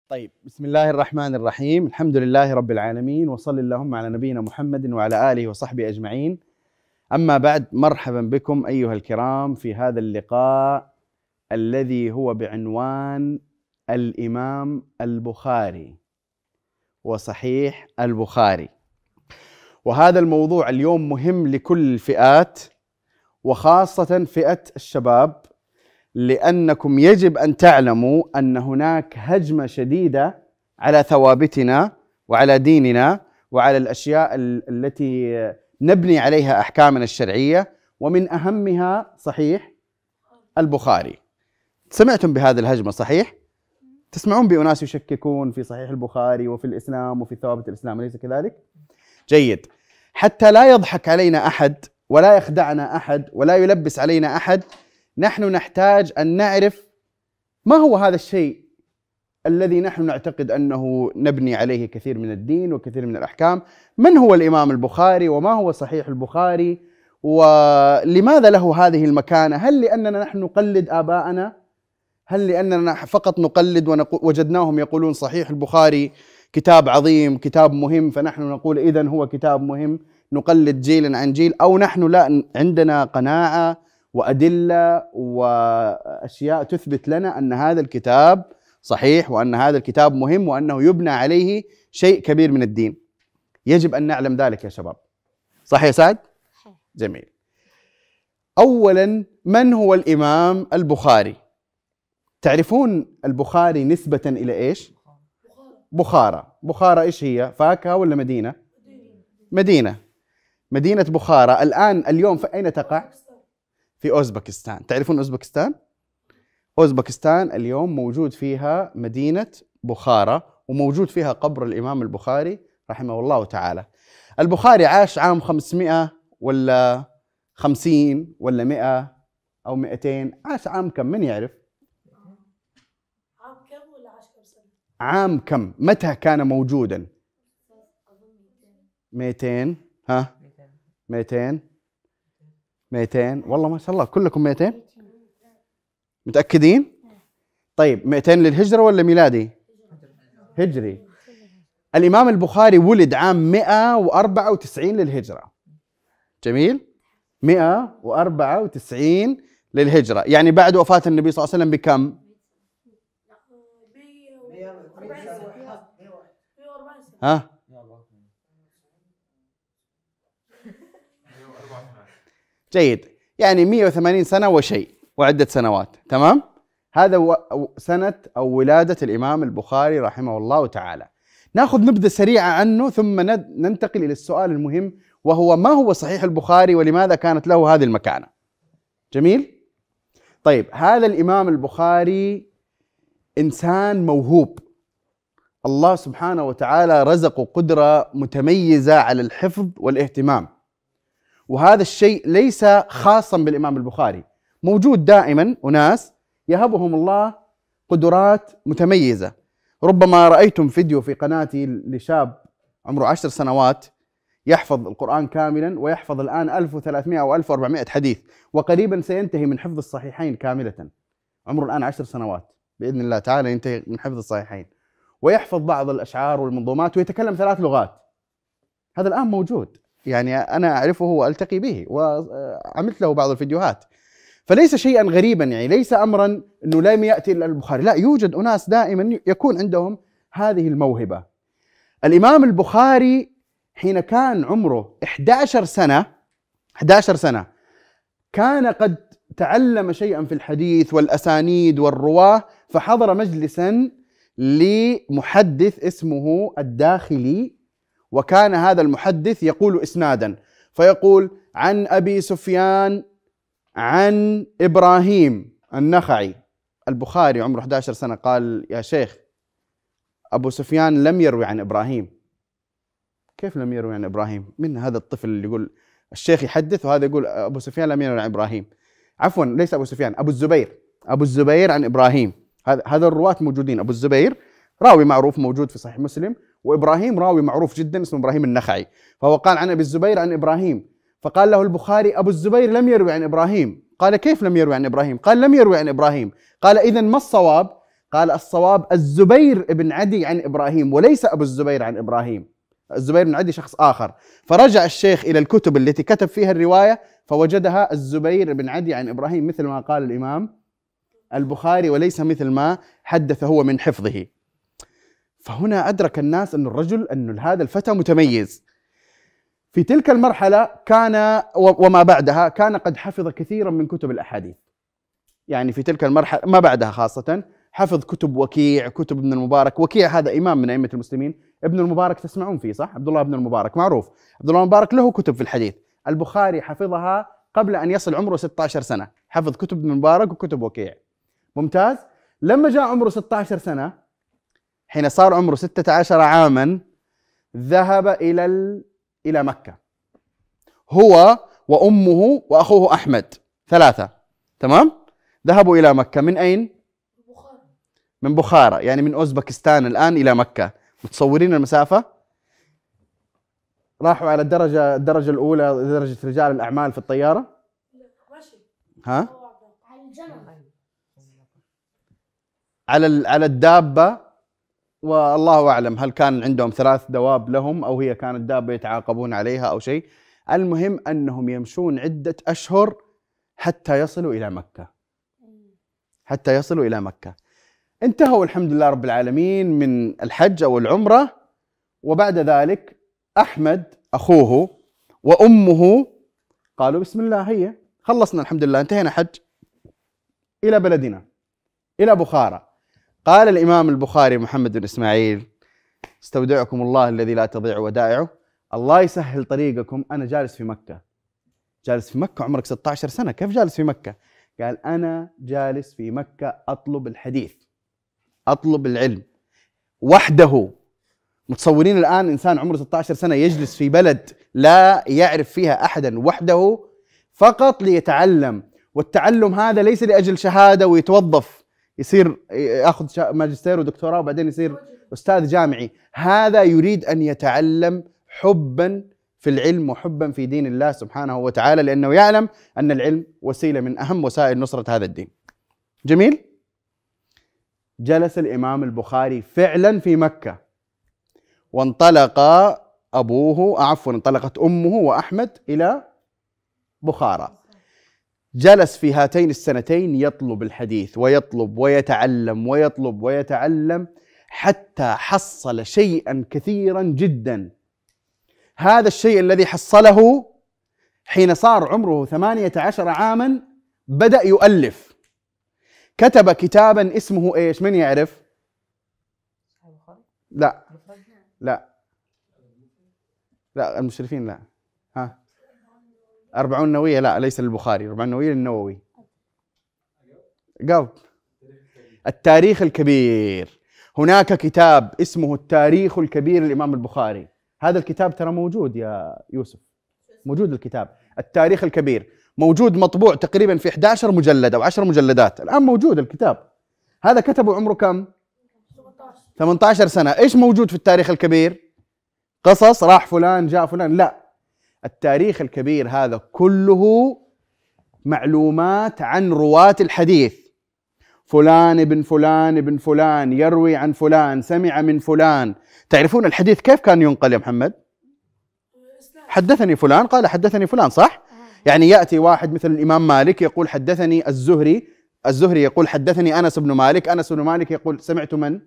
طيب، بسم الله الرحمن الرحيم. الحمد لله رب العالمين، وصل اللهم على نبينا محمد وعلى آله وصحبه أجمعين. أما بعد، مرحبا بكم أيها الكرام في هذا اللقاء الذي هو بعنوان الإمام البخاري وصحيح البخاري. وهذا الموضوع اليوم مهم لكل الفئات، وخاصة فئة الشباب، لأنكم يجب أن تعلموا أن هناك هجمة شديدة على ثوابتنا وعلى ديننا وعلى الأشياء التي نبني عليها أحكامنا الشرعية، ومن أهمها صحيح البخاري. سمعتم بهذه الهجمة صحيح؟ تسمعون بأناس يشككون في صحيح البخاري وفي الإسلام وفي ثوابت الإسلام، أليس كذلك؟ جيد. حتى لا يضحك علينا أحد ولا يخدعنا أحد ولا يلبس علينا أحد، نحن نحتاج أن نعرف ما هو هذا الشيء الذي نحن نعتقد أنه نبني عليه كثير من الدين وكثير من الأحكام. من هو الإمام البخاري؟ وما هو صحيح البخاري؟ ولماذا له هذه المكانة؟ هل لأننا نحن نقلد آباءنا؟ هل لأننا فقط نقلد وجدناهم يقولون صحيح البخاري كتاب عظيم، كتاب مهم، فنحن نقول إذن هو كتاب مهم، نقلد جيلا عن جيل؟ أو نحن لا عندنا قناعة وأدلة وأشياء تثبت لنا أن هذا الكتاب صحيح وأن هذا الكتاب مهم وأنه يبنى عليه شيء كبير من الدين؟ يجب أن نعلم ذلك يا شباب. صح يا سعد؟ جميل. أولا، من هو الإمام البخاري؟ تعرفون البخاري نسبة إلى إيش؟ بخارى. بخارى إيش هي؟ فاكهة ولا مدينة؟ مدينة بخارى اليوم في أين تقع؟ في أوزبكستان. تعرفون أوزبكستان؟ أوزبكستان اليوم موجود فيها مدينة بخارى، وموجود فيها قبر الإمام البخاري رحمه الله تعالى. البخاري عاش عام 500 ولا 50 ولا 100 أو 200؟ عاش عام كم؟ من يعرف؟ عام كم ولا عاش كم سنة؟ عام كم؟ متى كان موجودا؟ 200. ها؟ 200 والله ما شاء الله كلكم 200 متأكدين؟ طيب 200 للهجرة ولا ميلادي؟ هجري. الإمام البخاري ولد عام 194 للهجرة. جميل؟ 194 للهجرة، يعني بعد وفاة النبي صلى الله عليه وسلم بكم؟ 140 سنة. ها؟ جيد، يعني 180 سنة وشيء وعدة سنوات. تمام؟ هذا سنة أو ولادة الإمام البخاري رحمه الله تعالى. نأخذ نبذة سريعة عنه ثم ننتقل إلى السؤال المهم، وهو ما هو صحيح البخاري ولماذا كانت له هذه المكانة؟ جميل؟ طيب، هذا الإمام البخاري إنسان موهوب، الله سبحانه وتعالى رزقه قدرة متميزة على الحفظ والاهتمام، وهذا الشيء ليس خاصا بالإمام البخاري، موجود دائما أناس يهبهم الله قدرات متميزة. ربما رأيتم فيديو في قناتي لشاب عمره 10 سنوات يحفظ القرآن كاملا، ويحفظ الآن 1300 أو 1400 حديث، وقريبا سينتهي من حفظ الصحيحين كاملة. عمره الآن 10 سنوات، بإذن الله تعالى ينتهي من حفظ الصحيحين، ويحفظ بعض الأشعار والمنظومات، ويتكلم 3 لغات. هذا الآن موجود، يعني أنا أعرفه وألتقي به وعملت له بعض الفيديوهات، فليس شيئا غريبا، يعني ليس أمرا أنه لم يأتي إلا البخاري، لا، يوجد أناس دائما يكون عندهم هذه الموهبة. الإمام البخاري حين كان عمره 11 سنة كان قد تعلم شيئا في الحديث والأسانيد والرواه، فحضر مجلسا لمحدث اسمه الداخلي، وكان هذا المحدث يقول إسنادا، فيقول عن أبي سفيان عن إبراهيم النخعي. البخاري عمره 11 سنة قال يا شيخ، أبو سفيان لم يروي عن إبراهيم. كيف لم يروي عن إبراهيم؟ من هذا الطفل اللي يقول الشيخ يحدث وهذا يقول أبو سفيان لم يروي عن إبراهيم؟ عفوا، ليس أبو سفيان، أبو الزبير عن إبراهيم. هذا الرواة موجودين. أبو الزبير راوي معروف موجود في صحيح مسلم، وإبراهيم راوي معروف جدا اسمه إبراهيم النخعي، فهو قال عن أبي الزبير عن إبراهيم، فقال له البخاري أبو الزبير لم يروي عن إبراهيم. قال كيف لم يروي عن إبراهيم؟ قال لم يروي عن إبراهيم. قال إذن ما الصواب؟ قال الصواب الزبير بن عدي عن إبراهيم وليس أبو الزبير عن إبراهيم، الزبير بن عدي شخص آخر. فرجع الشيخ إلى الكتب التي كتب فيها الرواية فوجدها الزبير بن عدي عن إبراهيم مثل ما قال الإمام البخاري وليس مثل ما حدث هو من حفظه. فهنا أدرك الناس أن الرجل أن هذا الفتى متميز. في تلك المرحلة كان وما بعدها كان قد حفظ كثيرا من كتب الأحاديث، يعني في تلك المرحلة ما بعدها خاصة حفظ كتب وكيع، كتب ابن المبارك. وكيع هذا إمام من أئمة المسلمين، ابن المبارك تسمعون فيه صح؟ عبد الله بن المبارك معروف، عبد الله المبارك له كتب في الحديث. البخاري حفظها قبل أن يصل عمره 16 سنة، حفظ كتب ابن المبارك وكتب وكيع. ممتاز. لما جاء عمره 16 سنة، حين صار عمره 16 عاما، ذهب إلى مكة هو وأمه وأخوه أحمد، ثلاثة، تمام؟ ذهبوا إلى مكة. من أين؟ من بخارى، يعني من أوزبكستان الآن إلى مكة. متصورين المسافة؟ راحوا على الدرجة الأولى، درجة رجال الأعمال في الطيارة. ها؟ على الدابة، والله أعلم هل كان عندهم 3 دواب لهم أو هي كانت دابة يتعاقبون عليها أو شيء. المهم أنهم يمشون عدة أشهر حتى يصلوا إلى مكة، حتى يصلوا إلى مكة. انتهوا الحمد لله رب العالمين من الحج أو العمرة. وبعد ذلك أحمد أخوه وأمه قالوا بسم الله، هيا خلصنا الحمد لله، انتهينا حج، إلى بلدنا، إلى بخارى. قال الإمام البخاري محمد بن إسماعيل استودعكم الله الذي لا تضيع ودائعه، الله يسهل طريقكم، أنا جالس في مكة. جالس في مكة عمرك 16 سنة، كيف جالس في مكة؟ قال أنا جالس في مكة أطلب الحديث، أطلب العلم وحده. متصورين الآن إنسان عمره 16 سنة يجلس في بلد لا يعرف فيها أحدا وحده فقط ليتعلم، والتعلم هذا ليس لأجل شهادة ويتوظف يصير يأخذ ماجستير ودكتوراه وبعدين يصير أستاذ جامعي. هذا يريد أن يتعلم حبا في العلم وحبا في دين الله سبحانه وتعالى، لأنه يعلم أن العلم وسيلة من أهم وسائل نصرة هذا الدين. جميل. جلس الإمام البخاري فعلا في مكة، وانطلق انطلقت أمه وأحمد إلى بخارى. جلس في هاتين السنتين يطلب الحديث ويطلب ويتعلم ويطلب ويتعلم حتى حصل شيئا كثيرا جدا. هذا الشيء الذي حصله حين صار عمره 18 عاما بدأ يؤلف. كتب كتابا اسمه ايش؟ من يعرف؟ لا لا لا، المشرفين لا. ها، 40 نووية؟ لا، ليس للبخاري، 40 نووية للنووي. جاوب. التاريخ الكبير. هناك كتاب اسمه التاريخ الكبير للإمام البخاري. هذا الكتاب ترى موجود يا يوسف، موجود الكتاب التاريخ الكبير، موجود مطبوع تقريبا في 11 مجلد أو 10 مجلدات، الآن موجود الكتاب هذا. كتبه عمره كم؟ 18 سنة. إيش موجود في التاريخ الكبير؟ قصص راح فلان جاء فلان؟ لا، التاريخ الكبير هذا كله معلومات عن رواة الحديث. فلان ابن فلان ابن فلان يروي عن فلان، سمع من فلان. تعرفون الحديث كيف كان ينقل يا محمد؟ حدثني فلان قال حدثني فلان، صح؟ يعني يأتي واحد مثل الإمام مالك يقول حدثني الزهري، الزهري يقول حدثني أنس بن مالك، أنس بن مالك يقول سمعت من؟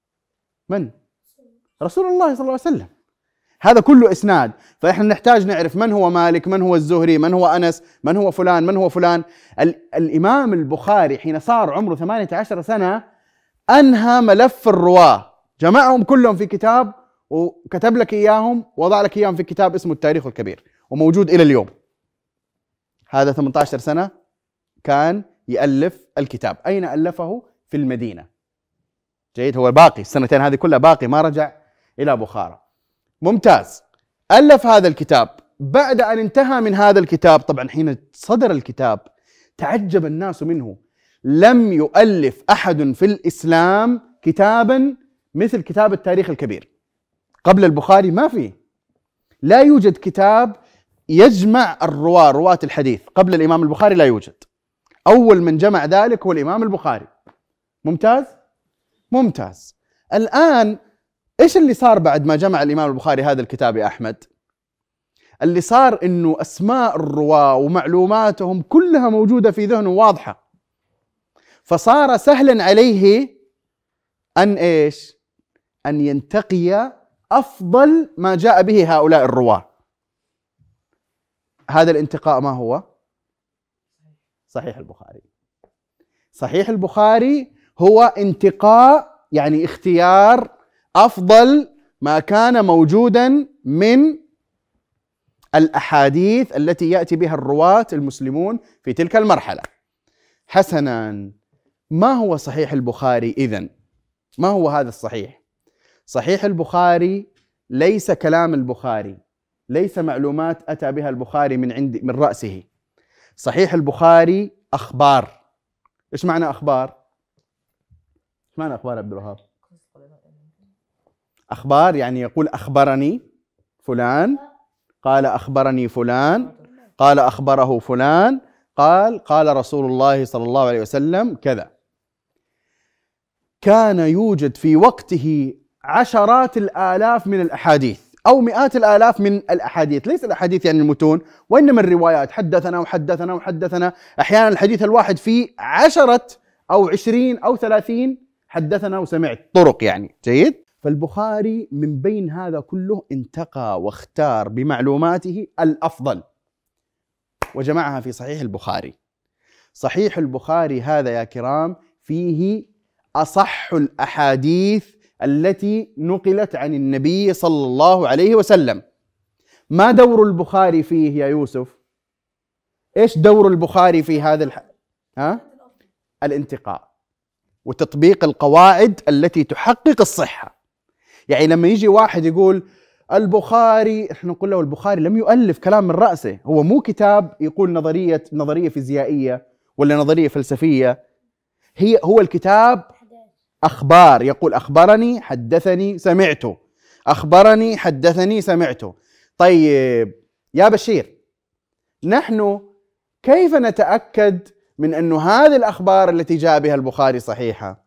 رسول الله صلى الله عليه وسلم. هذا كله إسناد. فإحنا نحتاج نعرف من هو مالك، من هو الزهري، من هو أنس، من هو فلان، من هو فلان. الإمام البخاري حين صار عمره 18 سنة أنهى ملف الرواة، جمعهم كلهم في كتاب وكتب لك إياهم، وضع لك إياهم في كتاب اسمه التاريخ الكبير، وموجود إلى اليوم. هذا 18 سنة كان يألف الكتاب. أين ألفه؟ في المدينة. جيد، هو باقي السنتين هذه كلها باقي، ما رجع إلى بخارى. ممتاز. ألف هذا الكتاب. بعد أن انتهى من هذا الكتاب، طبعا حين صدر الكتاب تعجب الناس منه. لم يؤلف أحد في الإسلام كتابا مثل كتاب التاريخ الكبير. قبل البخاري ما فيه، لا يوجد كتاب يجمع رواة الحديث. قبل الإمام البخاري لا يوجد. أول من جمع ذلك هو الإمام البخاري. ممتاز. ممتاز. الآن إيش اللي صار بعد ما جمع الإمام البخاري هذا الكتاب يا أحمد؟ اللي صار إنه أسماء الرواة ومعلوماتهم كلها موجودة في ذهنه واضحة، فصار سهلا عليه أن إيش؟ أن ينتقي أفضل ما جاء به هؤلاء الرواة. هذا الانتقاء ما هو؟ صحيح البخاري. صحيح البخاري هو انتقاء، يعني اختيار أفضل ما كان موجودا من الأحاديث التي يأتي بها الرواة المسلمون في تلك المرحلة. حسنا، ما هو صحيح البخاري إذن؟ ما هو هذا الصحيح؟ صحيح البخاري ليس كلام البخاري، ليس معلومات أتى بها البخاري من رأسه. صحيح البخاري أخبار. إيش معنى أخبار؟ إيش معنى أخبار عبد الوهاب؟ أخبار يعني يقول أخبرني فلان، قال أخبرني فلان، قال أخبره فلان، قال رسول الله صلى الله عليه وسلم كذا. كان يوجد في وقته عشرات الآلاف من الأحاديث أو مئات الآلاف من الأحاديث، ليس الأحاديث يعني المتون، وإنما الروايات، حدثنا وحدثنا وحدثنا. أحيانا الحديث الواحد فيه 10 أو 20 أو 30 حدثنا وسمعت طرق، يعني جيد. فالبخاري من بين هذا كله انتقى واختار بمعلوماته الأفضل وجمعها في صحيح البخاري. صحيح البخاري هذا يا كرام فيه أصح الأحاديث التي نقلت عن النبي صلى الله عليه وسلم. ما دور البخاري فيه يا يوسف؟ إيش دور البخاري في هذا الانتقاء وتطبيق القواعد التي تحقق الصحة. يعني لما يجي واحد يقول البخاري، احنا نقول له البخاري لم يؤلف كلام من رأسه، هو مو كتاب يقول نظرية فيزيائية ولا نظرية فلسفية، هو الكتاب أخبار، يقول أخبرني حدثني سمعته، أخبرني حدثني سمعته. طيب يا بشير، نحن كيف نتأكد من أن هذه الأخبار التي جاء بها البخاري صحيحة؟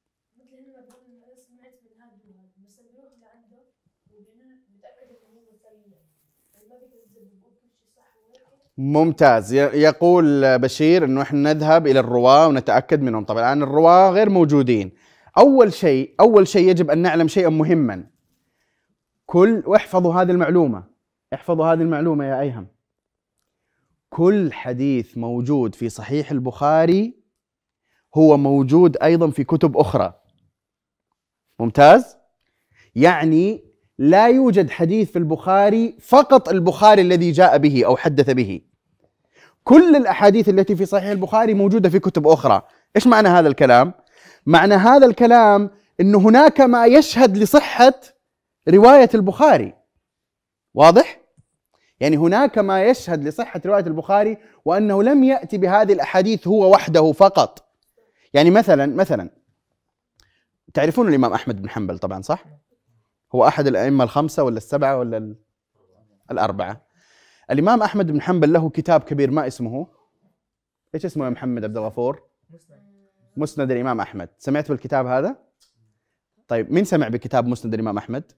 ممتاز. يقول بشير أنه إحنا نذهب إلى الرواة ونتأكد منهم. طبعا الآن الرواة غير موجودين. أول شيء يجب أن نعلم شيئا مهما. واحفظوا هذه المعلومة، احفظوا هذه المعلومة يا أيهم. كل حديث موجود في صحيح البخاري هو موجود أيضا في كتب أخرى. ممتاز؟ يعني لا يوجد حديث في البخاري فقط البخاري الذي جاء به أو حدث به. كل الأحاديث التي في صحيح البخاري موجودة في كتب أخرى. إيش معنى هذا الكلام؟ معنى هذا الكلام أن هناك ما يشهد لصحة رواية البخاري. واضح؟ يعني هناك ما يشهد لصحة رواية البخاري وأنه لم يأتي بهذه الأحاديث هو وحده فقط. يعني مثلا تعرفون الإمام أحمد بن حنبل طبعا، صح؟ هو أحد الأئمة الخمسة ولا السبعة ولا الأربعة. الإمام أحمد بن حنبل له كتاب كبير، ما اسمه؟ إيش اسمه يا محمد عبد الغفور؟ مسند الإمام أحمد. سمعت بالكتاب هذا؟ طيب مين سمع بكتاب مسند الإمام أحمد؟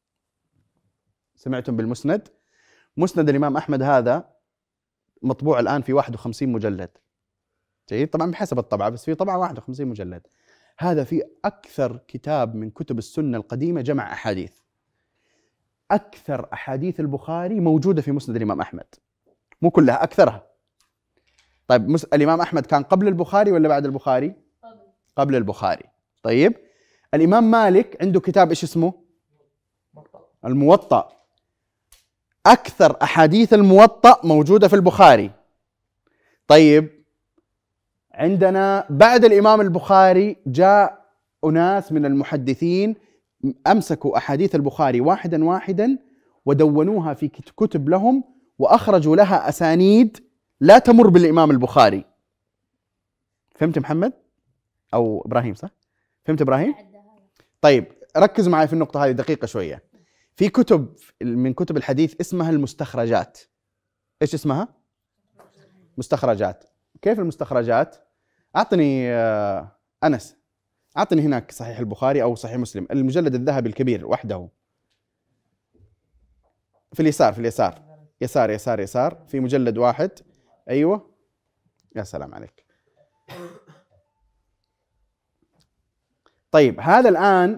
سمعتم بالمسند؟ مسند الإمام أحمد هذا مطبوع الآن في 51 مجلد. جيد، طبعا بحسب الطبعة، بس في طبعا 51 مجلد. هذا في أكثر كتاب من كتب السنة القديمة جمع أحاديث. أكثر أحاديث البخاري موجودة في مسند الإمام أحمد، مو كلها، أكثرها. طيب الإمام أحمد كان قبل البخاري ولا بعد البخاري؟ قبل البخاري. طيب الإمام مالك عنده كتاب إيش اسمه؟ الموطأ. أكثر أحاديث الموطأ موجودة في البخاري. طيب عندنا بعد الإمام البخاري جاء أناس من المحدثين أمسكوا أحاديث البخاري واحدا واحدا ودونوها في كتب لهم وأخرجوا لها أسانيد لا تمر بالإمام البخاري. فهمت محمد؟ أو إبراهيم، صح؟ فهمت إبراهيم؟ طيب ركزوا معي في النقطة هذه دقيقة شوية. في كتب من كتب الحديث اسمها المستخرجات. إيش اسمها؟ مستخرجات. كيف المستخرجات؟ أعطني أنس، أعطني هناك صحيح البخاري أو صحيح مسلم، المجلد الذهبي الكبير وحده. في اليسار، في اليسار، يسار يسار يسار، في مجلد واحد. أيوة، يا سلام عليك. طيب هذا الآن،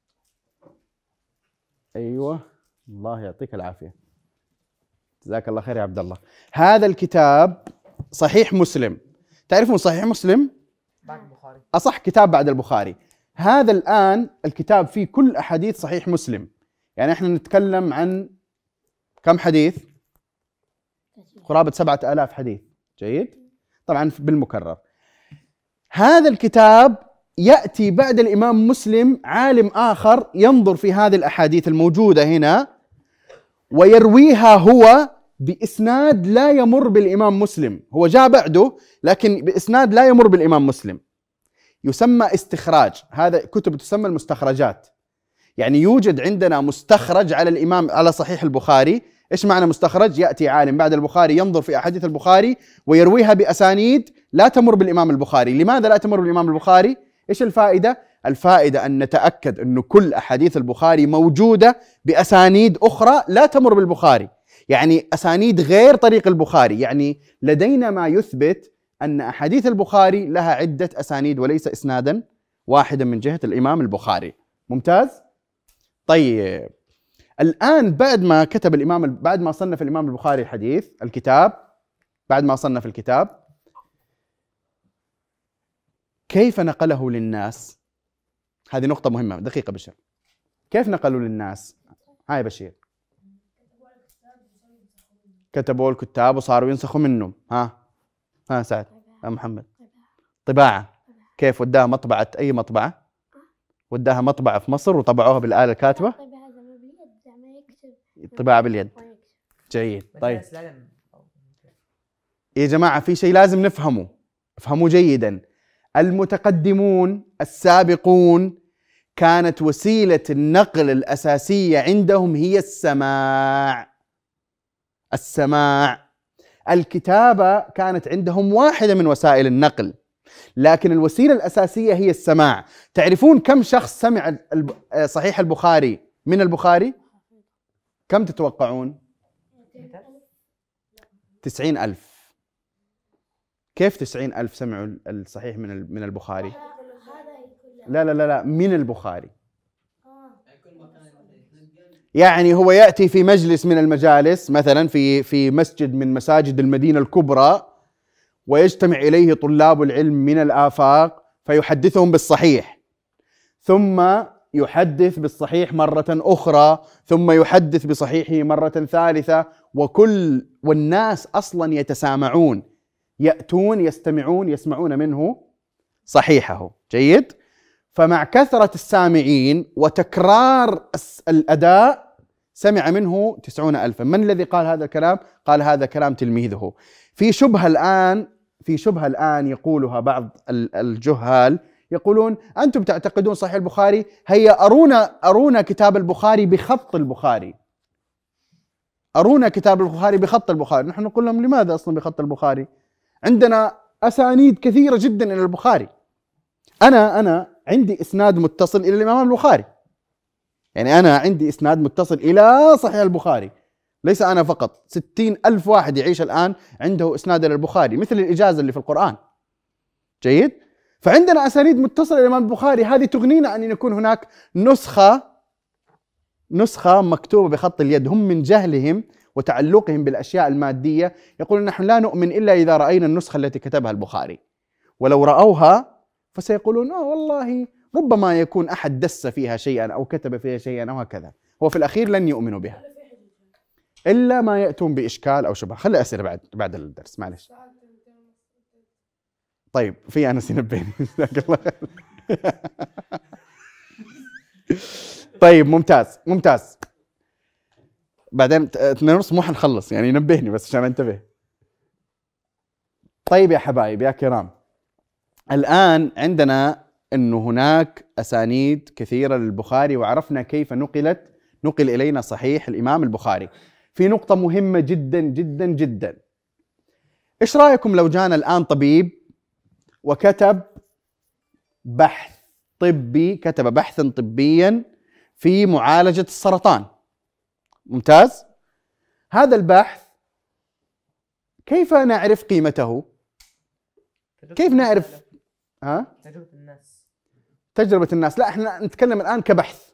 أيوة، الله يعطيك العافية، جزاك الله خير يا عبد الله. هذا الكتاب صحيح مسلم، تعرفون صحيح مسلم بعد البخاري أصح كتاب بعد البخاري. هذا الآن الكتاب فيه كل أحاديث صحيح مسلم، يعني احنا نتكلم عن كم حديث؟ قرابة 7000 حديث. جيد، طبعا بالمكرر. هذا الكتاب يأتي بعد الإمام مسلم عالم آخر ينظر في هذه الأحاديث الموجودة هنا ويرويها هو بإسناد لا يمر بالإمام مسلم. هو جاء بعده لكن بإسناد لا يمر بالإمام مسلم، يسمى استخراج. هذا كتب تسمى المستخرجات. يعني يوجد عندنا مستخرج على الإمام، على صحيح البخاري. إيش معنى مستخرج؟ يأتي عالم بعد البخاري ينظر في أحاديث البخاري ويرويها بأسانيد لا تمر بالإمام البخاري. لماذا لا تمر بالإمام البخاري؟ إيش الفائدة؟ الفائدة أن نتأكد أن كل أحاديث البخاري موجودة بأسانيد أخرى لا تمر بالبخاري، يعني أسانيد غير طريق البخاري. يعني لدينا ما يثبت أن أحاديث البخاري لها عدة أسانيد وليس إسنادا واحدا من جهة الإمام البخاري. ممتاز؟ طيب الآن بعد ما كتب الإمام، بعد ما صنف الإمام البخاري الحديث الكتاب، بعد ما صنف الكتاب، كيف نقله للناس؟ هذه نقطة مهمة. دقيقة بشر، كيف نقلوا للناس؟ هاي بشير، كتبوا الكتاب وصاروا ينسخوا منه. ها سعد، محمد، طباعة. كيف وداها مطبعة؟ أي مطبعة؟ وداها مطبعة في مصر وطبعوها بالآلة الكاتبة؟ طباعة باليد. جيد. طيب يا جماعة في شيء لازم نفهمه، افهموا جيدا. المتقدمون السابقون كانت وسيلة النقل الأساسية عندهم هي السماع. السماع. الكتابة كانت عندهم واحدة من وسائل النقل، لكن الوسيلة الأساسية هي السماع. تعرفون كم شخص سمع صحيح البخاري من البخاري؟ كم تتوقعون؟ 90,000. كيف 90,000 سمعوا الصحيح من البخاري؟ لا لا لا لا، من البخاري. يعني هو يأتي في مجلس من المجالس، مثلا في مسجد من مساجد المدينة الكبرى، ويجتمع إليه طلاب العلم من الآفاق فيحدثهم بالصحيح، ثم يحدث بالصحيح مرة أخرى، ثم يحدث بصحيحه مرة ثالثة، والناس أصلا يتسامعون، يأتون يستمعون يسمعون منه صحيحه. جيد. فمع كثرة السامعين وتكرار الأداء سمع منه 90,000. من الذي قال هذا الكلام؟ قال هذا كلام تلميذه. في شبهة الآن يقولها بعض الجهال، يقولون أنتم تعتقدون صحيح البخاري، هيا أرونا كتاب البخاري بخط البخاري، أرونا كتاب البخاري بخط البخاري. نحن نقول لهم لماذا أصلا بخط البخاري؟ عندنا أسانيد كثيرة جدا إلى البخاري. أنا عندي إسناد متصل إلى الإمام البخاري، يعني أنا عندي إسناد متصل إلى صحيح البخاري، ليس أنا فقط. 60,000 واحد يعيش الآن عنده إسناد إلى البخاري، مثل الإجازة اللي في القرآن. جيد. فعندنا أسانيد متصلة إلى الإمام البخاري، هذه تغنينا أن يكون هناك نسخة مكتوبة بخط اليد. هم من جهلهم وتعلقهم بالأشياء المادية يقولون نحن لا نؤمن إلا إذا رأينا النسخة التي كتبها البخاري، ولو رأوها فسيقولون والله ربما يكون أحد دس فيها شيئا أو كتب فيها شيئا أو هكذا. هو في الأخير لن يؤمنوا بها إلا ما يأتون بإشكال أو شبهة. خلي أسئلة بعد الدرس، معلش. طيب في أنس ينبهني. جزاك الله خير. طيب ممتاز. بعدين 2:30 مو حنخلص، يعني ينبهني بس عشان انتبه. طيب يا حبايب يا كرام، الآن عندنا أنه هناك أسانيد كثيرة للبخاري، وعرفنا كيف نقل إلينا صحيح الإمام البخاري. في نقطة مهمة جدا جدا جدا. إيش رأيكم لو جانا الآن طبيب وكتب بحث طبي، كتب بحثا طبيا في معالجة السرطان. ممتاز. هذا البحث كيف نعرف قيمته؟ كيف نعرف؟ تجربة الناس. تجربة الناس. لا، احنا نتكلم الآن كبحث.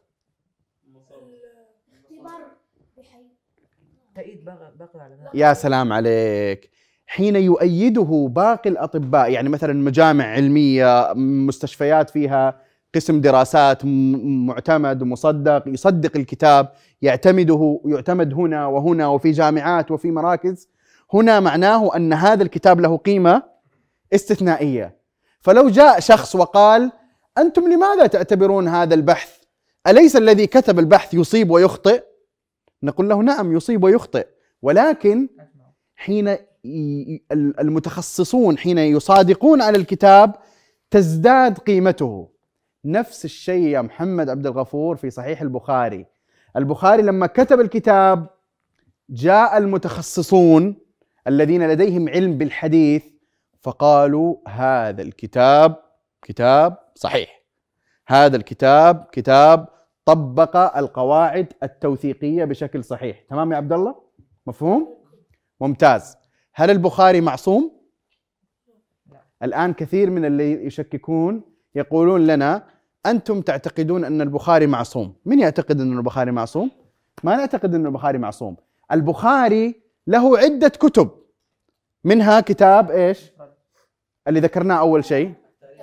اختبار بحي. تأييد باقي العلماء. يا سلام عليك. حين يؤيده باقي الأطباء، يعني مثلا مجامع علمية، مستشفيات فيها قسم دراسات معتمد ومصدق، يصدق الكتاب، يعتمد هنا وهنا وفي جامعات وفي مراكز، هنا معناه أن هذا الكتاب له قيمة استثنائية. فلو جاء شخص وقال: أنتم لماذا تعتبرون هذا البحث؟ أليس الذي كتب البحث يصيب ويخطئ؟ نقول له: نعم يصيب ويخطئ، ولكن حين المتخصصون حين يصادقون على الكتاب تزداد قيمته. نفس الشيء يا محمد عبد الغفور في صحيح البخاري. البخاري لما كتب الكتاب جاء المتخصصون الذين لديهم علم بالحديث فقالوا: هذا الكتاب كتاب صحيح، هذا الكتاب كتاب طبق القواعد التوثيقية بشكل صحيح. تمام يا عبد الله؟ مفهوم؟ ممتاز. هل البخاري معصوم؟ الآن كثير من اللي يشككون يقولون لنا: أنتم تعتقدون أن البخاري معصوم. من يعتقد أن البخاري معصوم؟ ما نعتقد أن البخاري معصوم. البخاري له عدة كتب، منها كتاب إيش؟ اللي ذكرناه أول شيء.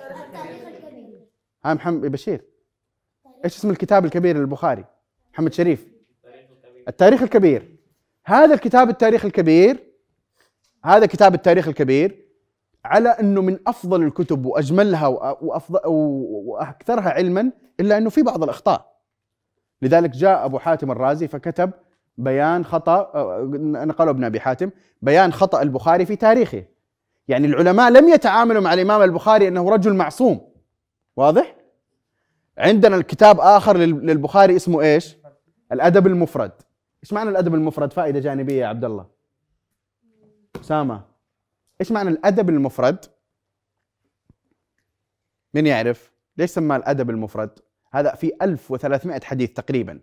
محمد بشير، إيش اسم الكتاب الكبير للبخاري؟ محمد شريف. التاريخ الكبير. هذا الكتاب التاريخ الكبير، هذا كتاب التاريخ الكبير، على أنه من أفضل الكتب وأجملها وأكثرها علما، إلا أنه في بعض الأخطاء. لذلك جاء أبو حاتم الرازي فكتب بيان خطأ، نقله ابن أبي حاتم، بيان خطأ البخاري في تاريخه. يعني العلماء لم يتعاملوا مع الإمام البخاري أنه رجل معصوم. واضح؟ عندنا الكتاب آخر للبخاري اسمه إيش؟ الأدب المفرد. إيش معنى الأدب المفرد؟ فائدة جانبية يا عبد الله. أسامة، إيش معنى الأدب المفرد؟ من يعرف؟ ليش سماه الأدب المفرد؟ هذا في 1300 حديث تقريبا.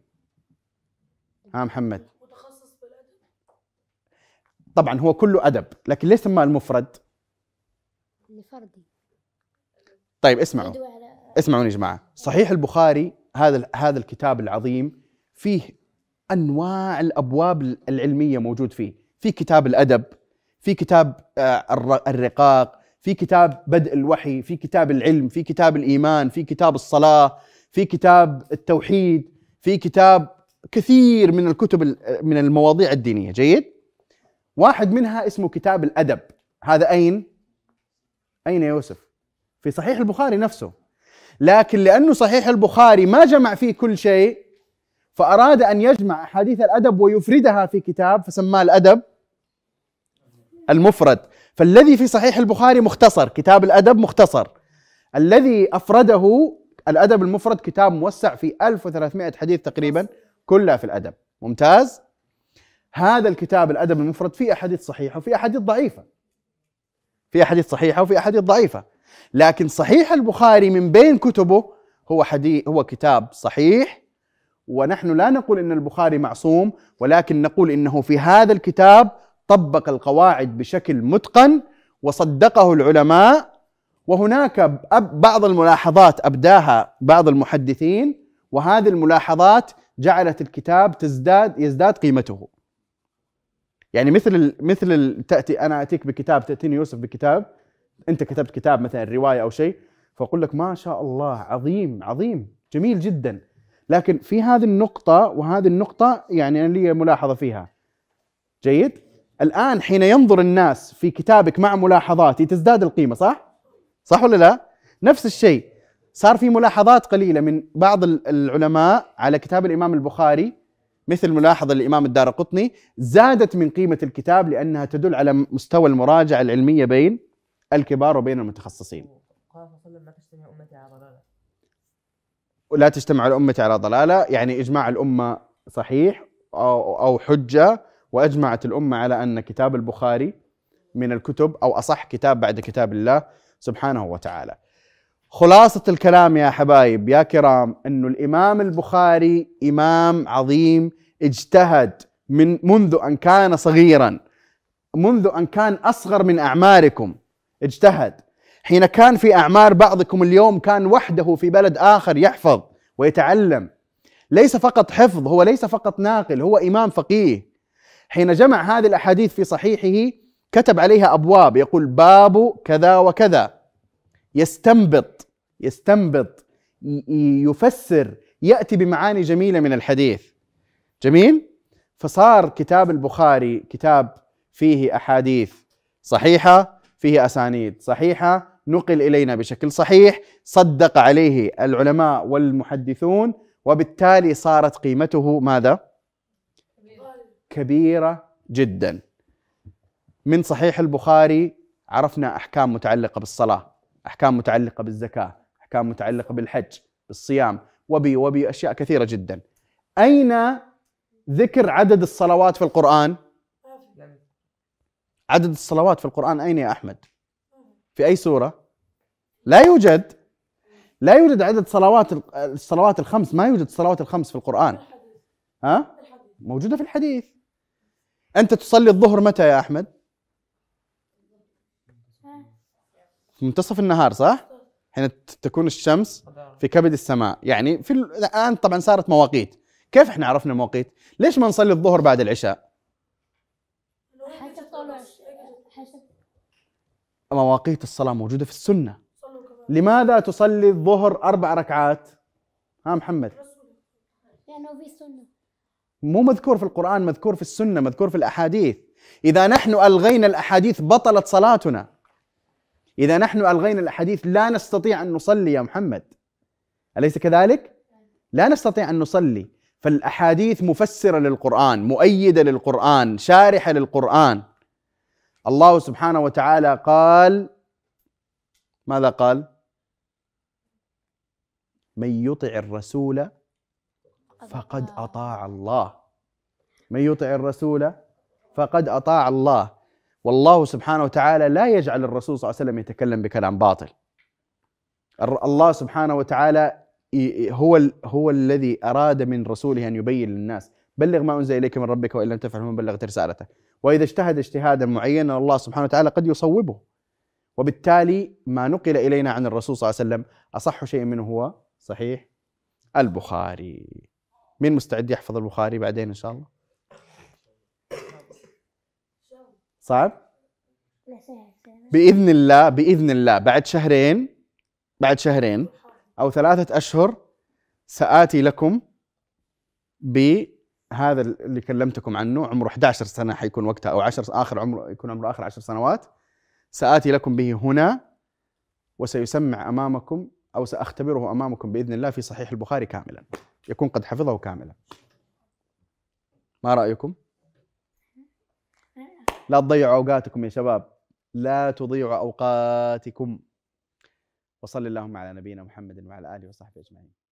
محمد. متخصص بالأدب. طبعا هو كله أدب، لكن ليش سماه المفرد؟ لفردي. طيب اسمعوني يا جماعة. صحيح البخاري هذا الكتاب العظيم فيه أنواع الأبواب العلمية موجود فيه. في كتاب الأدب، في كتاب الرقاق، في كتاب بدء الوحي، في كتاب العلم، في كتاب الإيمان، في كتاب الصلاة، في كتاب التوحيد، في كتاب كثير من الكتب من المواضيع الدينية. جيد؟ واحد منها اسمه كتاب الأدب. هذا أين يا يوسف؟ في صحيح البخاري نفسه. لكن لأنه صحيح البخاري ما جمع فيه كل شيء، فأراد أن يجمع أحاديث الأدب ويفردها في كتاب فسماه الأدب المفرد. فالذي في صحيح البخاري مختصر، كتاب الأدب مختصر. الذي أفرده الأدب المفرد كتاب موسع في 1300 حديث تقريبا، كلها في الأدب. ممتاز. هذا الكتاب الأدب المفرد فيه أحاديث صحيحة وفيه أحاديث ضعيفة، في أحاديث صحيحة وفي أحاديث ضعيفة. لكن صحيح البخاري من بين كتبه هو كتاب صحيح. ونحن لا نقول إن البخاري معصوم، ولكن نقول إنه في هذا الكتاب طبق القواعد بشكل متقن وصدقه العلماء. وهناك بعض الملاحظات أبداها بعض المحدثين، وهذه الملاحظات جعلت الكتاب يزداد قيمته. يعني مثل أنا أتيك بكتاب، تأتيني يوسف بكتاب، أنت كتبت كتاب مثلا رواية أو شيء، فأقول لك ما شاء الله عظيم عظيم جميل جدا، لكن في هذه النقطة وهذه النقطة يعني أنا لي ملاحظة فيها. جيد؟ الآن حين ينظر الناس في كتابك مع ملاحظاتي تزداد القيمة، صح ولا لا؟ نفس الشيء صار في ملاحظات قليلة من بعض العلماء على كتاب الإمام البخاري، مثل ملاحظة الإمام الدارقطني، زادت من قيمة الكتاب لأنها تدل على مستوى المراجعة العلمية بين الكبار وبين المتخصصين. قال صلى الله عليه وسلم: لا تجتمع أمتي على ضلالة. ولا تجتمع الأمة على ضلالة، يعني إجماع الأمة صحيح أو حجة، وأجمعت الأمة على أن كتاب البخاري من الكتب أو أصح كتاب بعد كتاب الله سبحانه وتعالى. خلاصة الكلام يا حبايب يا كرام أنه الإمام البخاري إمام عظيم اجتهد منذ أن كان صغيرا، منذ أن كان أصغر من أعماركم اجتهد. حين كان في أعمار بعضكم اليوم كان وحده في بلد آخر يحفظ ويتعلم. ليس فقط حفظ، هو ليس فقط ناقل، هو إمام فقيه. حين جمع هذه الأحاديث في صحيحه كتب عليها أبواب، يقول باب كذا وكذا، يستنبط يفسر، يأتي بمعاني جميلة من الحديث. جميل. فصار كتاب البخاري كتاب فيه أحاديث صحيحة، فيه أسانيد صحيحة، نقل إلينا بشكل صحيح، صدق عليه العلماء والمحدثون، وبالتالي صارت قيمته ماذا؟ كبيرة جدا. من صحيح البخاري عرفنا أحكام متعلقة بالصلاة، أحكام متعلقة بالزكاة، أحكام متعلقة بالحج، بالصيام، وبي أشياء كثيرة جدا. أين ذكر عدد الصلوات في القرآن؟ عدد الصلوات في القرآن أين يا أحمد؟ في أي سورة؟ لا يوجد عدد الصلوات الخمس، ما يوجد الصلوات الخمس في القرآن. ها؟ موجودة في الحديث. أنت تصلي الظهر متى يا أحمد؟ في منتصف النهار صح؟ حين تكون الشمس في كبد السماء، يعني الآن طبعا صارت مواقيت. كيف احنا عرفنا المواقيت؟ ليش ما نصلي الظهر بعد العشاء؟ مواقيت الصلاة موجودة في السنة. لماذا تصلي الظهر 4 ركعات؟ ها محمد؟ لأنه في سنة. مو مذكور في القرآن، مذكور في السنة، مذكور في الأحاديث. إذا نحن ألغينا الأحاديث بطلت صلاتنا. إذا نحن ألغينا الأحاديث لا نستطيع أن نصلي يا محمد، أليس كذلك؟ لا نستطيع أن نصلي. فالأحاديث مفسرة للقرآن، مؤيدة للقرآن، شارحة للقرآن. الله سبحانه وتعالى قال، ماذا قال؟ من يطع الرسول فقد أطاع الله. من يطع الرسول فقد أطاع الله. والله سبحانه وتعالى لا يجعل الرسول صلى الله عليه وسلم يتكلم بكلام باطل. الله سبحانه وتعالى هو الذي أراد من رسوله أن يبين للناس بلغ ما أنزل إليك من ربك وإن لم تفعل فما بلغت رسالته. وإذا اجتهد اجتهادا معينا الله سبحانه وتعالى قد يصوبه. وبالتالي ما نقل إلينا عن الرسول صلى الله عليه وسلم أصح شيء منه هو صحيح البخاري. مين مستعد يحفظ البخاري بعدين إن شاء الله؟ صعب؟ بإذن الله بعد شهرين أو 3 أشهر سآتي لكم بهذا اللي كلمتكم عنه، عمره 11 سنة حيكون وقتها، أو 10 آخر عمره، يكون عمره آخر 10 سنوات. سآتي لكم به هنا وسيسمع أمامكم أو سأختبره أمامكم بإذن الله في صحيح البخاري كاملا، يكون قد حفظه كاملا. ما رأيكم؟ لا تضيعوا أوقاتكم يا شباب، لا تضيعوا أوقاتكم. وصل اللهم على نبينا محمد وعلى آله وصحبه أجمعين.